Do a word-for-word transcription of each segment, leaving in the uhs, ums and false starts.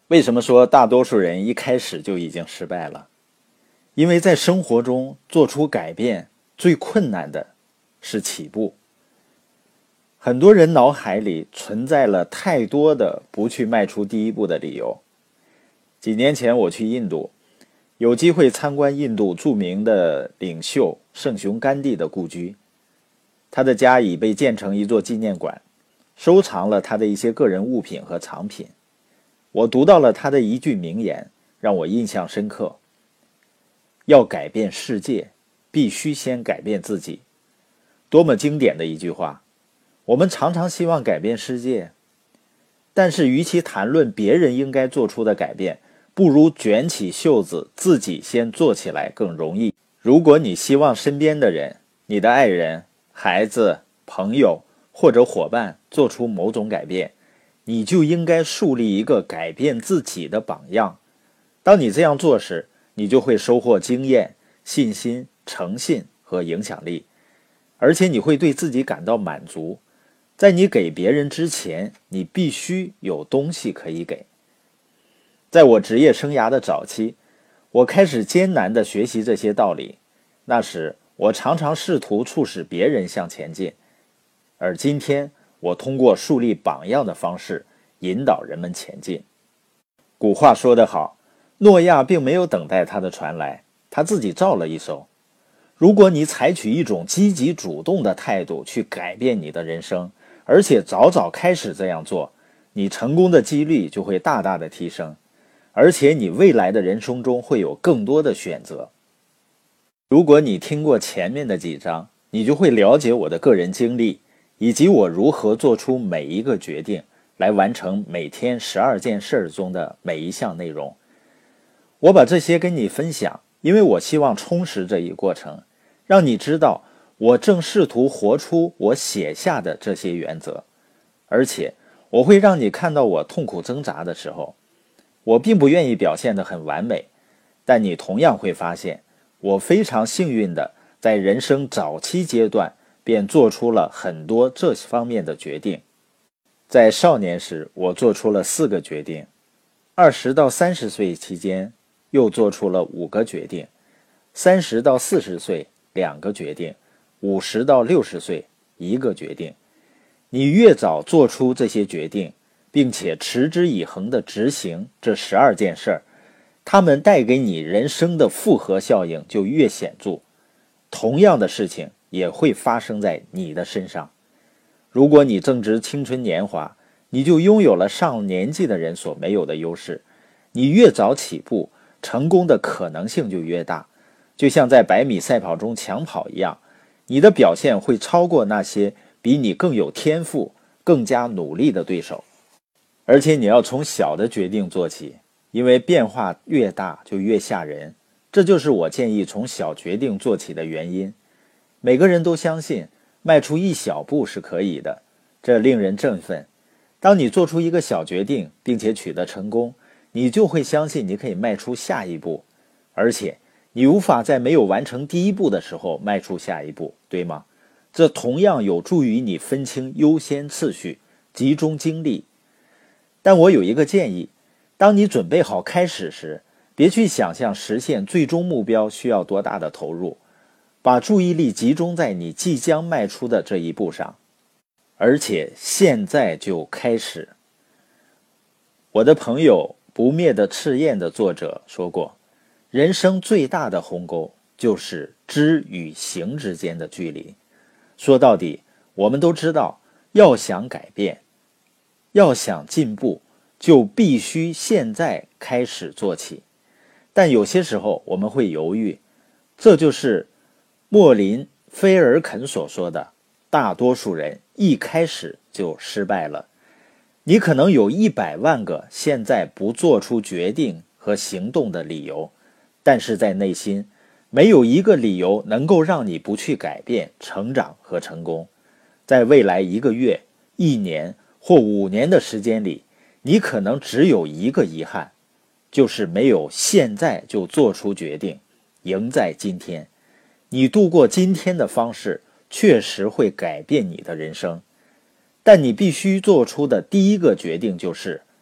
为什么说大多数人一开始就已经失败了？因为在生活中做出改变最困难的是起步。很多人脑海里存在了太多的不去迈出第一步的理由。几年前我去印度，有机会参观印度著名的领袖圣雄甘地的故居。他的家已被建成一座纪念馆，收藏了他的一些个人物品和藏品。我读到了他的一句名言，让我印象深刻：要改变世界，必须先改变自己。多么经典的一句话！我们常常希望改变世界，但是与其谈论别人应该做出的改变，不如卷起袖子自己先做起来更容易。如果你希望身边的人，你的爱人、孩子、朋友或者伙伴做出某种改变，你就应该树立一个改变自己的榜样。当你这样做时，你就会收获经验、信心、诚信和影响力，而且你会对自己感到满足。在你给别人之前，你必须有东西可以给。在我职业生涯的早期，我开始艰难地学习这些道理。那时，我常常试图促使别人向前进，而今天，我通过树立榜样的方式引导人们前进。古话说得好，诺亚并没有等待他的船来，他自己造了一艘。如果你采取一种积极主动的态度去改变你的人生，而且早早开始这样做，你成功的几率就会大大的提升，而且你未来的人生中会有更多的选择。如果你听过前面的几章，你就会了解我的个人经历，以及我如何做出每一个决定，来完成每天十二件事中的每一项内容。我把这些跟你分享，因为我希望充实这一过程，让你知道我正试图活出我写下的这些原则，而且我会让你看到我痛苦挣扎的时候。我并不愿意表现得很完美，但你同样会发现，我非常幸运地在人生早期阶段便做出了很多这方面的决定。在少年时，我做出了四个决定；二十到三十岁期间，又做出了五个决定；三十到四十岁，两个决定；五十到六十岁，一个决定。你越早做出这些决定，并且持之以恒地执行这十二件事儿，它们带给你人生的复合效应就越显著。同样的事情也会发生在你的身上。如果你正值青春年华，你就拥有了上年纪的人所没有的优势。你越早起步，成功的可能性就越大。就像在百米赛跑中抢跑一样，你的表现会超过那些比你更有天赋、更加努力的对手。而且你要从小的决定做起，因为变化越大就越吓人。这就是我建议从小决定做起的原因。每个人都相信迈出一小步是可以的，这令人振奋。当你做出一个小决定并且取得成功，你就会相信你可以迈出下一步，而且你无法在没有完成第一步的时候迈出下一步，对吗？这同样有助于你分清优先次序，集中精力。但我有一个建议，当你准备好开始时，别去想象实现最终目标需要多大的投入，把注意力集中在你即将迈出的这一步上，而且现在就开始。我的朋友《不灭的赤焰》的作者说过，人生最大的鸿沟就是知与行之间的距离。说到底，我们都知道，要想改变，要想进步，就必须现在开始做起。但有些时候我们会犹豫，这就是莫林·菲尔肯所说的，大多数人一开始就失败了。你可能有一百万个现在不做出决定和行动的理由，但是在内心，没有一个理由能够让你不去改变、成长和成功。在未来一个月、一年或五年的时间里，你可能只有一个遗憾，就是没有现在就做出决定，赢在今天。你度过今天的方式确实会改变你的人生，但你必须做出的第一个决定就是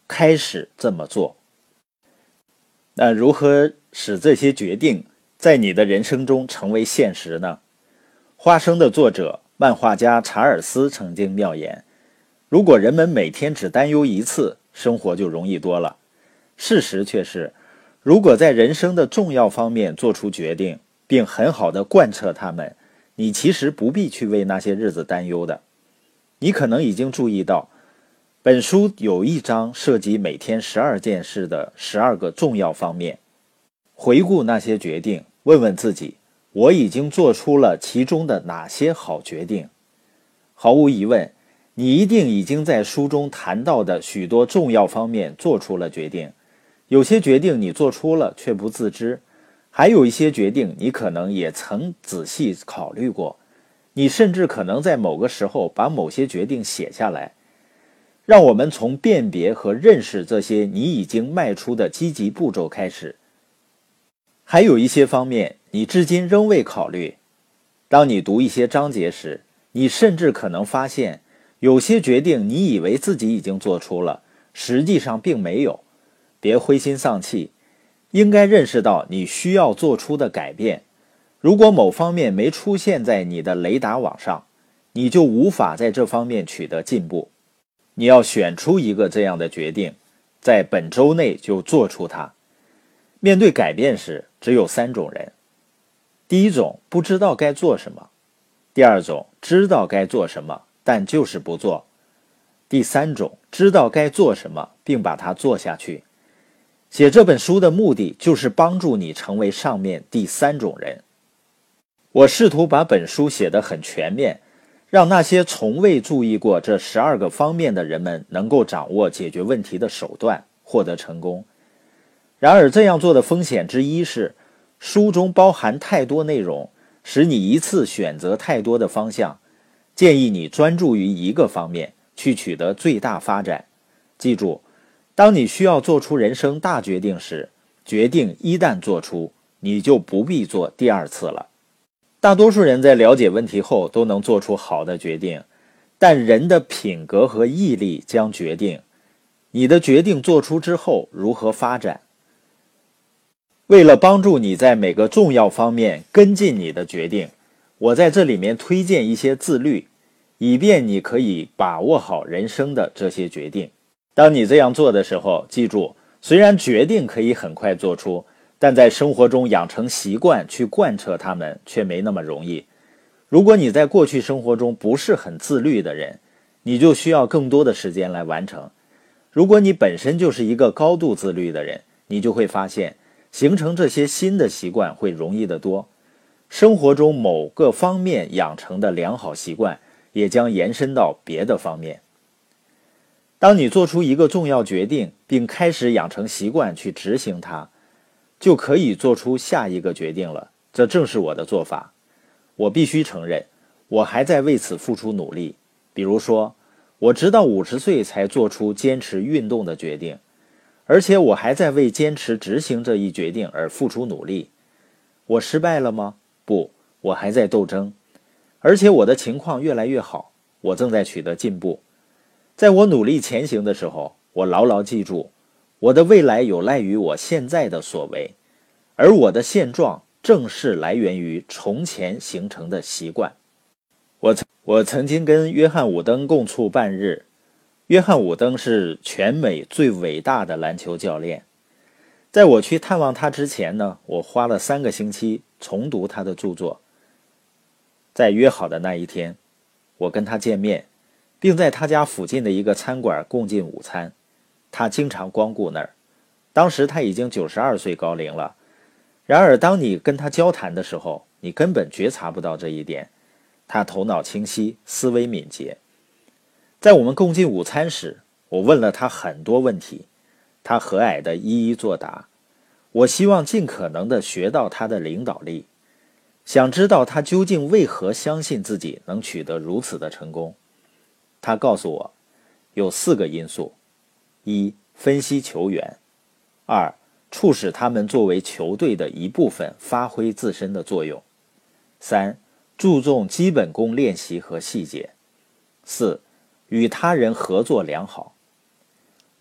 开始这么做。那如何使这些决定在你的人生中成为现实呢？花生的作者漫画家查尔斯曾经妙言，如果人们每天只担忧一次，生活就容易多了。事实却是，如果在人生的重要方面做出决定，并很好地贯彻它们，你其实不必去为那些日子担忧的。你可能已经注意到，本书有一章涉及每天十二件事的十二个重要方面。回顾那些决定，问问自己，我已经做出了其中的哪些好决定？毫无疑问，你一定已经在书中谈到的许多重要方面做出了决定。有些决定你做出了却不自知，还有一些决定你可能也曾仔细考虑过，你甚至可能在某个时候把某些决定写下来。让我们从辨别和认识这些你已经迈出的积极步骤开始。还有一些方面你至今仍未考虑。当你读一些章节时，你甚至可能发现，有些决定你以为自己已经做出了，实际上并没有。别灰心丧气，应该认识到你需要做出的改变。如果某方面没出现在你的雷达网上，你就无法在这方面取得进步。你要选出一个这样的决定，在本周内就做出它。面对改变时，只有三种人。第一种，不知道该做什么；第二种，知道该做什么，但就是不做；第三种，知道该做什么，并把它做下去。写这本书的目的就是帮助你成为上面第三种人。我试图把本书写得很全面，让那些从未注意过这十二个方面的人们能够掌握解决问题的手段，获得成功。然而这样做的风险之一是，书中包含太多内容，使你一次选择太多的方向。建议你专注于一个方面，去取得最大发展。记住，当你需要做出人生大决定时，决定一旦做出，你就不必做第二次了。大多数人在了解问题后都能做出好的决定，但人的品格和毅力将决定你的决定做出之后如何发展。为了帮助你在每个重要方面跟进你的决定，我在这里面推荐一些自律，以便你可以把握好人生的这些决定。当你这样做的时候，记住，虽然决定可以很快做出，但在生活中养成习惯去贯彻它们却没那么容易。如果你在过去生活中不是很自律的人，你就需要更多的时间来完成。如果你本身就是一个高度自律的人，你就会发现形成这些新的习惯会容易得多。生活中某个方面养成的良好习惯也将延伸到别的方面。当你做出一个重要决定，并开始养成习惯去执行它，就可以做出下一个决定了。这正是我的做法。我必须承认，我还在为此付出努力。比如说，我直到五十岁才做出坚持运动的决定，而且我还在为坚持执行这一决定而付出努力。我失败了吗？不，我还在斗争，而且我的情况越来越好，我正在取得进步。在我努力前行的时候，我牢牢记住，我的未来有赖于我现在的所为，而我的现状正是来源于从前形成的习惯。我曾我曾经跟约翰·伍登共处半日。约翰·伍登是全美最伟大的篮球教练。在我去探望他之前呢，我花了三个星期重读他的著作。在约好的那一天，我跟他见面，并在他家附近的一个餐馆共进午餐。他经常光顾那儿。当时他已经九十二岁高龄了。然而当你跟他交谈的时候，你根本觉察不到这一点。他头脑清晰，思维敏捷。在我们共进午餐时，我问了他很多问题，他和蔼地一一作答。我希望尽可能地学到他的领导力，想知道他究竟为何相信自己能取得如此的成功。他告诉我，有四个因素：一、分析球员；二、促使他们作为球队的一部分发挥自身的作用；三、注重基本功练习和细节；四、与他人合作良好。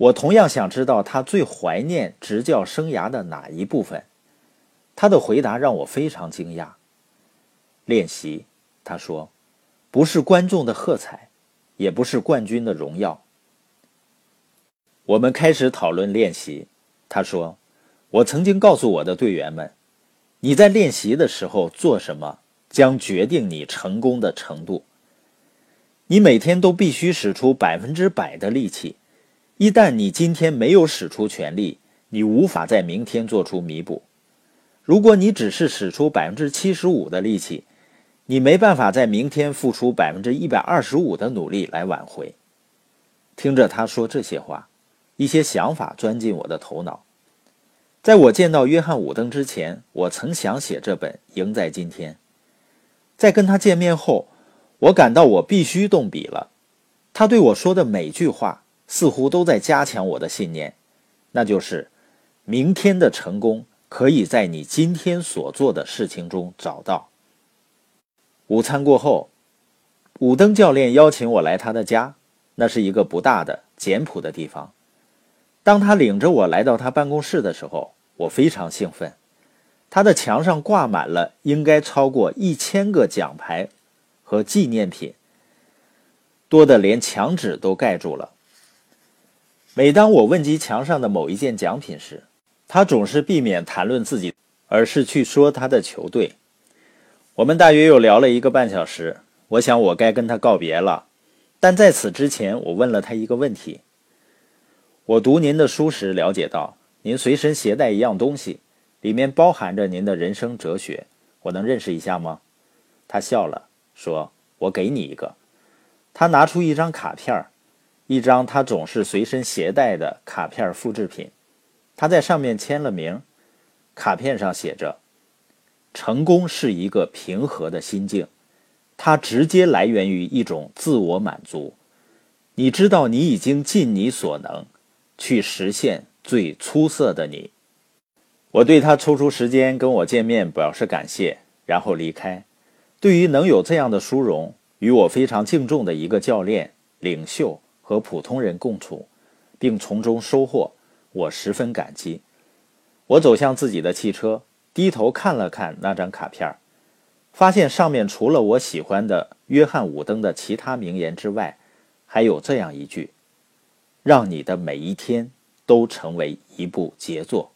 我同样想知道他最怀念执教生涯的哪一部分。他的回答让我非常惊讶。练习，他说，不是观众的喝彩，也不是冠军的荣耀。我们开始讨论练习。他说，我曾经告诉我的队员们，你在练习的时候做什么将决定你成功的程度。你每天都必须使出百分之百的力气，一旦你今天没有使出全力，你无法在明天做出弥补。如果你只是使出百分之七十五的力气，你没办法在明天付出百分之一百二十五的努力来挽回。听着他说这些话，一些想法钻进我的头脑。在我见到约翰伍登之前，我曾想写这本《赢在今天》。在跟他见面后，我感到我必须动笔了。他对我说的每句话似乎都在加强我的信念，那就是明天的成功可以在你今天所做的事情中找到。午餐过后，伍登教练邀请我来他的家，那是一个不大的简朴的地方。当他领着我来到他办公室的时候，我非常兴奋。他的墙上挂满了应该超过一千个奖牌和纪念品，多得连墙纸都盖住了。每当我问及墙上的某一件奖品时，他总是避免谈论自己，而是去说他的球队。我们大约又聊了一个半小时，我想我该跟他告别了。但在此之前，我问了他一个问题。我读您的书时了解到，您随身携带一样东西，里面包含着您的人生哲学，我能认识一下吗？他笑了，说，我给你一个。他拿出一张卡片，一张他总是随身携带的卡片复制品。他在上面签了名，卡片上写着，成功是一个平和的心境，它直接来源于一种自我满足。你知道你已经尽你所能去实现最出色的你。我对他抽出时间跟我见面表示感谢，然后离开。对于能有这样的殊荣，与我非常敬重的一个教练、领袖和普通人共处，并从中收获，我十分感激。我走向自己的汽车，低头看了看那张卡片，发现上面除了我喜欢的约翰伍登的其他名言之外，还有这样一句，让你的每一天都成为一部杰作。